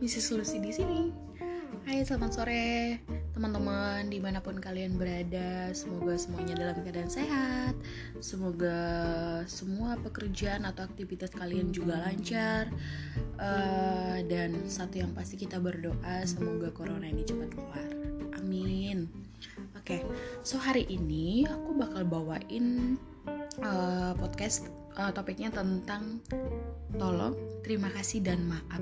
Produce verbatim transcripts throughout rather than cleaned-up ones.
Missus Lucy di sini. Hai, selamat sore teman-teman dimanapun kalian berada. Semoga semuanya dalam keadaan sehat. Semoga semua pekerjaan atau aktivitas kalian juga lancar. uh, Dan satu yang pasti kita berdoa semoga corona ini cepat keluar. Amin. Oke, okay. So hari ini aku bakal bawain uh, podcast uh, topiknya tentang tolong, terima kasih, dan maaf.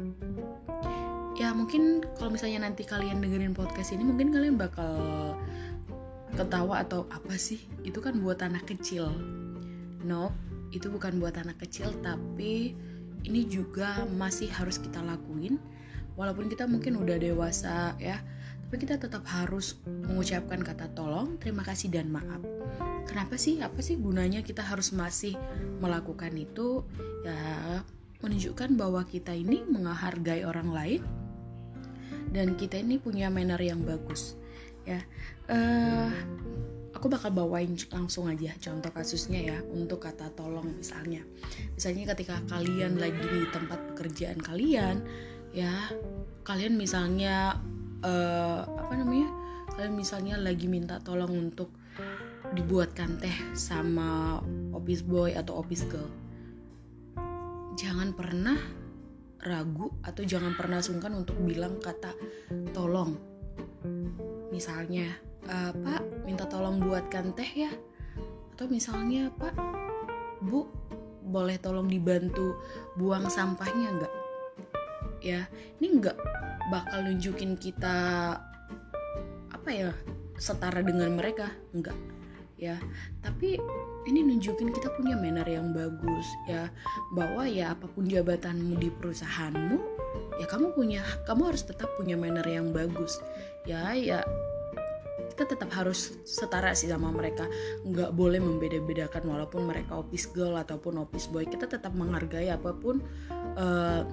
Ya mungkin kalau misalnya nanti kalian dengerin podcast ini, mungkin kalian bakal ketawa atau apa sih, itu kan buat anak kecil. No, itu bukan buat anak kecil, tapi ini juga masih harus kita lakuin. Walaupun kita mungkin udah dewasa ya, tapi kita tetap harus mengucapkan kata tolong, terima kasih, dan maaf. Kenapa sih? Apa sih gunanya kita harus masih melakukan itu? Ya menunjukkan bahwa kita ini menghargai orang lain dan kita ini punya manner yang bagus. Ya, uh, aku bakal bawain langsung aja contoh kasusnya ya untuk kata tolong misalnya. Misalnya ketika kalian lagi di tempat pekerjaan kalian, ya kalian misalnya uh, apa namanya? Kalian misalnya lagi minta tolong untuk dibuatkan teh sama office boy atau office girl. Jangan pernah ragu atau jangan pernah sungkan untuk bilang kata tolong. Misalnya, e, Pak, minta tolong buatkan teh ya. Atau misalnya, Pak, Bu, boleh tolong dibantu buang sampahnya enggak? Ya, ini enggak bakal nunjukin kita apa ya, setara dengan mereka, enggak. Ya, tapi ini nunjukin kita punya manner yang bagus ya, bahwa ya apapun jabatanmu di perusahaanmu, ya kamu punya kamu harus tetap punya manner yang bagus. Ya, ya kita tetap harus setara sih sama mereka. Nggak boleh membeda-bedakan walaupun mereka office girl ataupun office boy. Kita tetap menghargai apapun uh,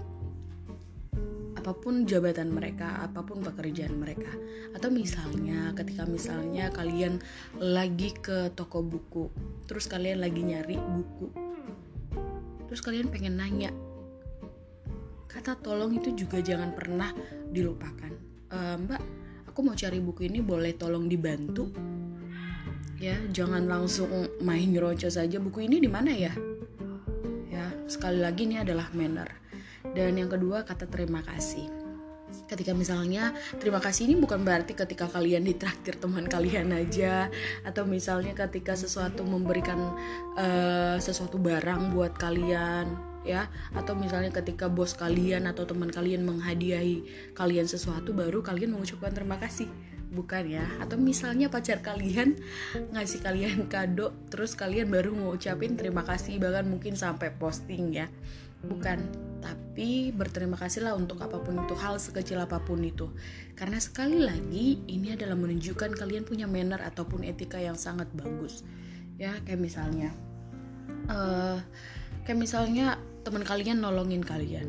apapun jabatan mereka, apapun pekerjaan mereka. Atau misalnya ketika misalnya kalian lagi ke toko buku, terus kalian lagi nyari buku, terus kalian pengen nanya, kata tolong itu juga jangan pernah dilupakan. e, Mbak, aku mau cari buku ini, boleh tolong dibantu? Ya, jangan langsung main nyerocos saja, buku ini di mana ya? Ya, sekali lagi ini adalah manner. Dan yang kedua, kata terima kasih. Ketika misalnya terima kasih ini bukan berarti ketika kalian ditraktir teman kalian aja, atau misalnya ketika sesuatu memberikan uh, sesuatu barang buat kalian ya, atau misalnya ketika bos kalian atau teman kalian menghadiahi kalian sesuatu baru kalian mengucapkan terima kasih. Bukan ya. Atau misalnya pacar kalian ngasih kalian kado, terus kalian baru ngucapin terima kasih, bahkan mungkin sampai posting ya. Bukan, tapi berterima kasihlah untuk apapun itu, hal sekecil apapun itu. Karena sekali lagi ini adalah menunjukkan kalian punya manner ataupun etika yang sangat bagus. Ya, kayak misalnya uh, kayak misalnya teman kalian nolongin kalian,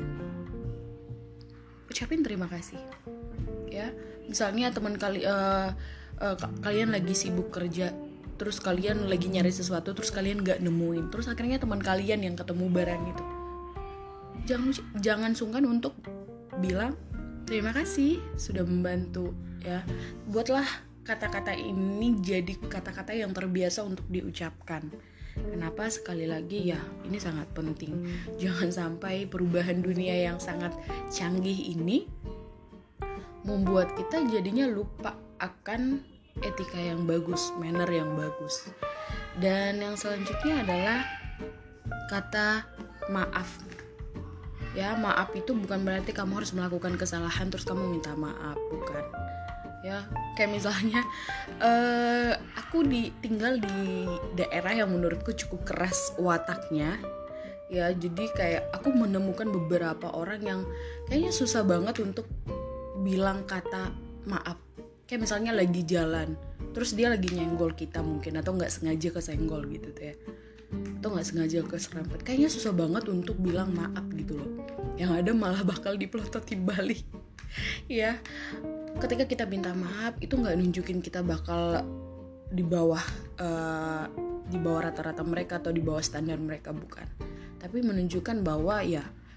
ucapin terima kasih. Ya, misalnya teman kali uh, uh, kalian lagi sibuk kerja, terus kalian lagi nyari sesuatu, terus kalian nggak nemuin, terus akhirnya teman kalian yang ketemu barang itu, jangan jangan sungkan untuk bilang terima kasih sudah membantu ya. Buatlah kata-kata ini jadi kata-kata yang terbiasa untuk diucapkan. Kenapa? Sekali lagi ya, ini sangat penting. Jangan sampai perubahan dunia yang sangat canggih ini membuat kita jadinya lupa akan etika yang bagus, manner yang bagus. Dan yang selanjutnya adalah kata maaf. Ya, maaf itu bukan berarti kamu harus melakukan kesalahan terus kamu minta maaf, bukan. Ya, kayak misalnya uh, aku di, tinggal di daerah yang menurutku cukup keras wataknya. Ya, jadi kayak aku menemukan beberapa orang yang kayaknya susah banget untuk bilang kata maaf. Kayak misalnya lagi jalan, terus dia lagi nyenggol kita mungkin, atau nggak sengaja kesenggol gitu tuh ya, atau nggak sengaja keserempet. Kayaknya susah banget untuk bilang maaf gitu loh. Yang ada malah bakal diplototin balik. Ya, ketika kita minta maaf itu nggak nunjukin kita bakal di bawah uh, di bawah rata-rata mereka atau di bawah standar mereka, bukan. Tapi menunjukkan bahwa ya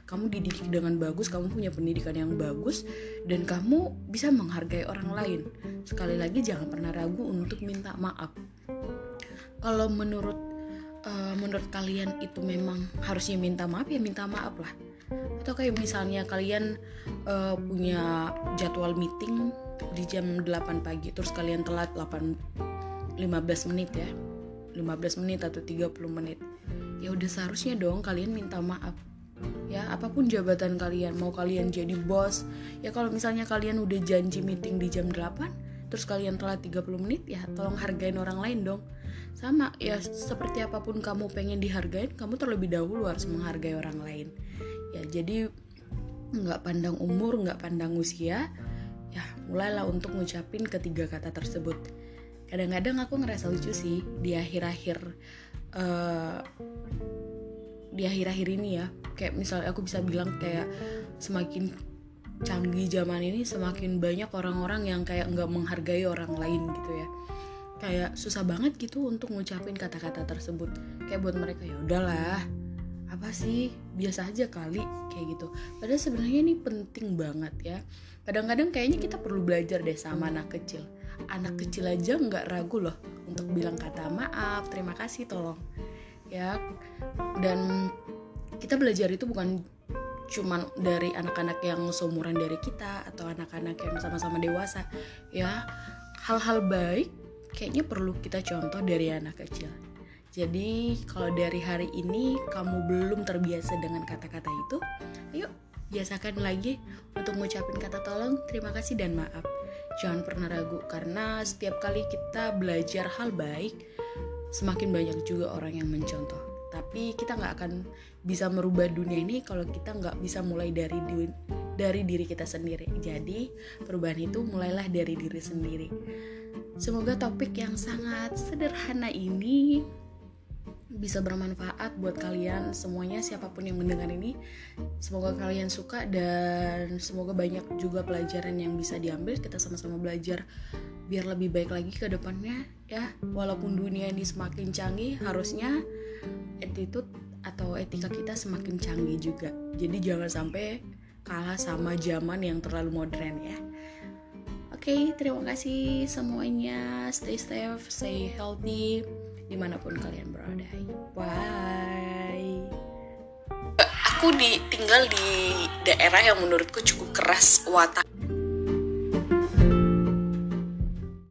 kamu dididik dengan bagus, kamu punya pendidikan yang bagus, dan kamu bisa menghargai orang lain. Sekali lagi, jangan pernah ragu untuk minta maaf. Kalau menurut uh, menurut kalian itu memang harusnya minta maaf, ya minta maaf lah. Atau kayak misalnya kalian uh, punya jadwal meeting di jam delapan pagi, terus kalian telat delapan lima belas menit ya, lima belas menit atau tiga puluh menit. Ya udah seharusnya dong kalian minta maaf. Ya, apapun jabatan kalian, mau kalian jadi bos, ya kalau misalnya kalian udah janji meeting di jam delapan, terus kalian telat tiga puluh menit, ya tolong hargain orang lain dong. Sama, ya seperti apapun kamu pengen dihargain, kamu terlebih dahulu harus menghargai orang lain. Ya, jadi gak pandang umur, gak pandang usia, ya mulailah untuk ngucapin ketiga kata tersebut. Kadang-kadang aku ngerasa lucu sih di akhir-akhir uh, di akhir-akhir ini ya, kayak misalnya aku bisa bilang kayak semakin canggih zaman ini, semakin banyak orang-orang yang kayak nggak menghargai orang lain gitu ya. Kayak susah banget gitu untuk ngucapin kata-kata tersebut. Kayak buat mereka, ya udahlah, apa sih, biasa aja kali, kayak gitu. Padahal sebenarnya ini penting banget ya. Kadang-kadang kayaknya kita perlu belajar deh sama anak kecil. Anak kecil aja nggak ragu loh untuk bilang kata maaf, terima kasih, tolong ya. Dan kita belajar itu bukan cuman dari anak-anak yang seumuran dari kita atau anak-anak yang sama-sama dewasa ya. Hal-hal baik kayaknya perlu kita contoh dari anak kecil. Jadi kalau dari hari ini kamu belum terbiasa dengan kata-kata itu, ayo biasakan lagi untuk ngucapin kata tolong, terima kasih, dan maaf. Jangan pernah ragu, karena setiap kali kita belajar hal baik, semakin banyak juga orang yang mencontoh. Tapi kita gak akan bisa merubah dunia ini kalau kita gak bisa mulai dari di, dari diri kita sendiri. Jadi perubahan itu mulailah dari diri sendiri. Semoga topik yang sangat sederhana ini bisa bermanfaat buat kalian semuanya, siapapun yang mendengar ini. Semoga kalian suka dan semoga banyak juga pelajaran yang bisa diambil. Kita sama-sama belajar biar lebih baik lagi ke depannya ya. Walaupun dunia ini semakin canggih, harusnya attitude atau etika kita semakin canggih juga. Jadi jangan sampai kalah sama zaman yang terlalu modern ya. Oke, okay, terima kasih semuanya. Stay safe, stay healthy dimanapun kalian berada. Bye. Aku di, tinggal di daerah yang menurutku cukup keras watak.